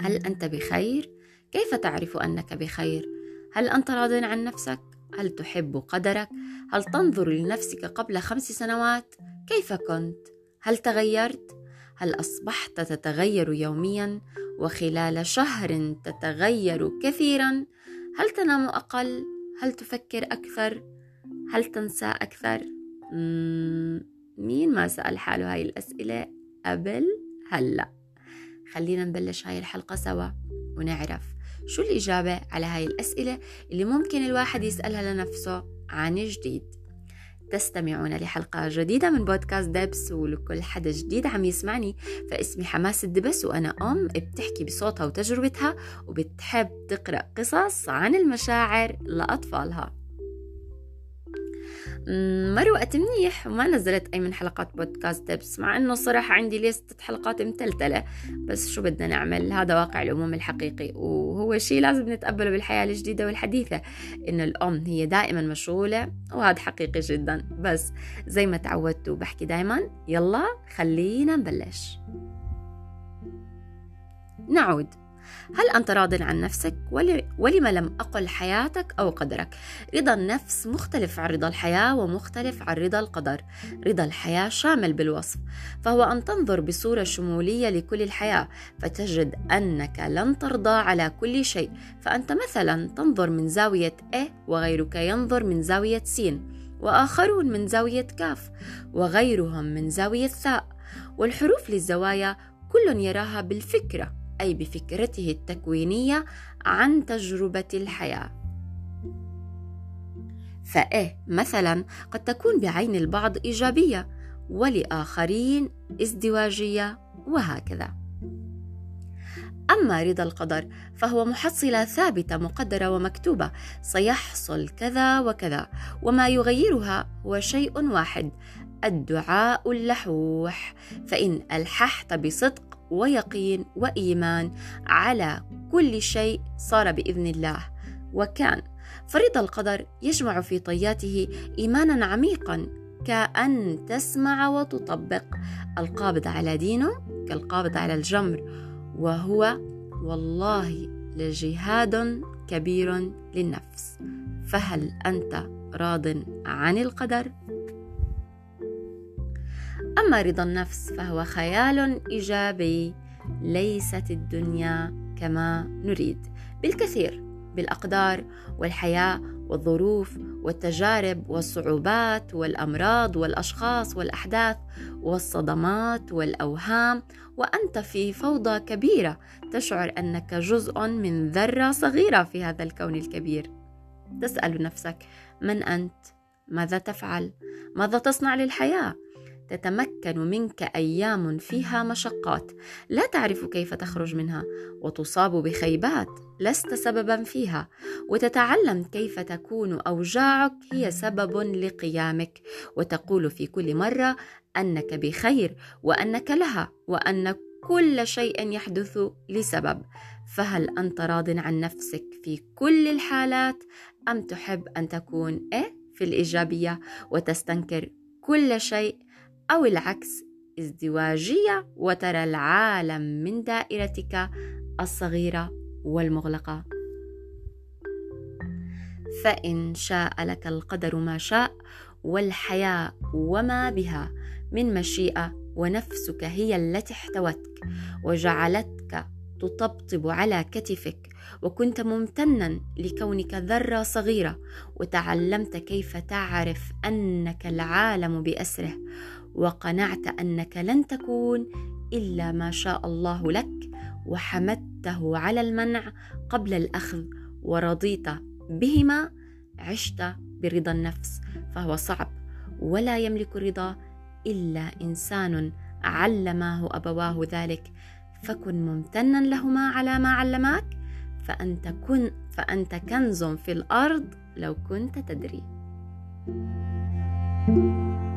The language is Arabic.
هل أنت بخير؟ كيف تعرف أنك بخير؟ هل أنت راض عن نفسك؟ هل تحب قدرك؟ هل تنظر لنفسك قبل 5 سنوات؟ كيف كنت؟ هل تغيرت؟ هل أصبحت تتغير يوميا وخلال شهر تتغير كثيرا؟ هل تنام أقل؟ هل تفكر أكثر؟ هل تنسى أكثر؟ مين ما سأل حاله هاي الأسئلة قبل هلأ؟ خلينا نبلش هاي الحلقة سوا ونعرف شو الإجابة على هاي الأسئلة اللي ممكن الواحد يسألها لنفسه عن جديد. تستمعون لحلقة جديدة من بودكاست دبس، ولكل حدا جديد عم يسمعني فاسمي حماس الدبس، وأنا أم بتحكي بصوتها وتجربتها وبتحب تقرأ قصص عن المشاعر لأطفالها. مر وقت منيح وما نزلت أي من حلقات بودكاست دبس، مع أنه الصراحة عندي ليستة حلقات متلتلة، بس شو بدنا نعمل؟ هذا واقع الأموم الحقيقي، وهو شيء لازم نتقبله بالحياة الجديدة والحديثة، إن الأم هي دائما مشغولة، وهذا حقيقي جدا. بس زي ما تعودت وبحكي دائما، يلا خلينا نبلش. نعود. هل أنت راض عن نفسك؟ ولما لم أقل حياتك أو قدرك؟ رضا النفس مختلف عن رضا الحياة ومختلف عن رضا القدر. رضا الحياة شامل بالوصف، فهو أن تنظر بصورة شمولية لكل الحياة، فتجد أنك لن ترضى على كل شيء، فأنت مثلا تنظر من زاوية A وغيرك ينظر من زاوية س، وآخرون من زاوية كاف، وغيرهم من زاوية ثاء، والحروف للزوايا كل يراها بالفكرة، أي بفكرته التكوينية عن تجربة الحياة. فإيه مثلا قد تكون بعين البعض إيجابية، ولآخرين ازدواجية، وهكذا. أما رضا القدر فهو محصلة ثابتة مقدرة ومكتوبة، سيحصل كذا وكذا، وما يغيرها هو شيء واحد: الدعاء اللحوح. فإن ألححت بصدق ويقين وإيمان على كل شيء صار بإذن الله وكان. فرضا القدر يجمع في طياته إيمانا عميقا، كأن تسمع وتطبق. القابض على دينه كالقابض على الجمر، وهو والله لجهاد كبير للنفس. فهل أنت راض عن القدر؟ أما رضا النفس فهو خيال إيجابي، ليست الدنيا كما نريد، بالكثير بالأقدار والحياة والظروف والتجارب والصعوبات والأمراض والأشخاص والأحداث والصدمات والأوهام، وأنت في فوضى كبيرة، تشعر أنك جزء من ذرة صغيرة في هذا الكون الكبير. تسأل نفسك: من أنت؟ ماذا تفعل؟ ماذا تصنع للحياة؟ تتمكن منك أيام فيها مشقات لا تعرف كيف تخرج منها، وتصاب بخيبات لست سببا فيها، وتتعلم كيف تكون أوجاعك هي سبب لقيامك، وتقول في كل مرة أنك بخير وأنك لها، وأن كل شيء يحدث لسبب. فهل أنت راض عن نفسك في كل الحالات، أم تحب أن تكون في الإيجابية وتستنكر كل شيء، أو العكس ازدواجية وترى العالم من دائرتك الصغيرة والمغلقة؟ فإن شاء لك القدر ما شاء، والحياة وما بها من مشيئة، ونفسك هي التي احتوتك وجعلتك تطبطب على كتفك، وكنت ممتنا لكونك ذرة صغيرة، وتعلمت كيف تعرف أنك العالم بأسره، وقنعت أنك لن تكون إلا ما شاء الله لك، وحمدته على المنع قبل الأخذ، ورضيت بهما، عشت برضا النفس، فهو صعب، ولا يملك الرضا إلا إنسان علمه أبواه ذلك، فكن ممتنا لهما على ما علماك، فأنت كنز في الأرض لو كنت تدري.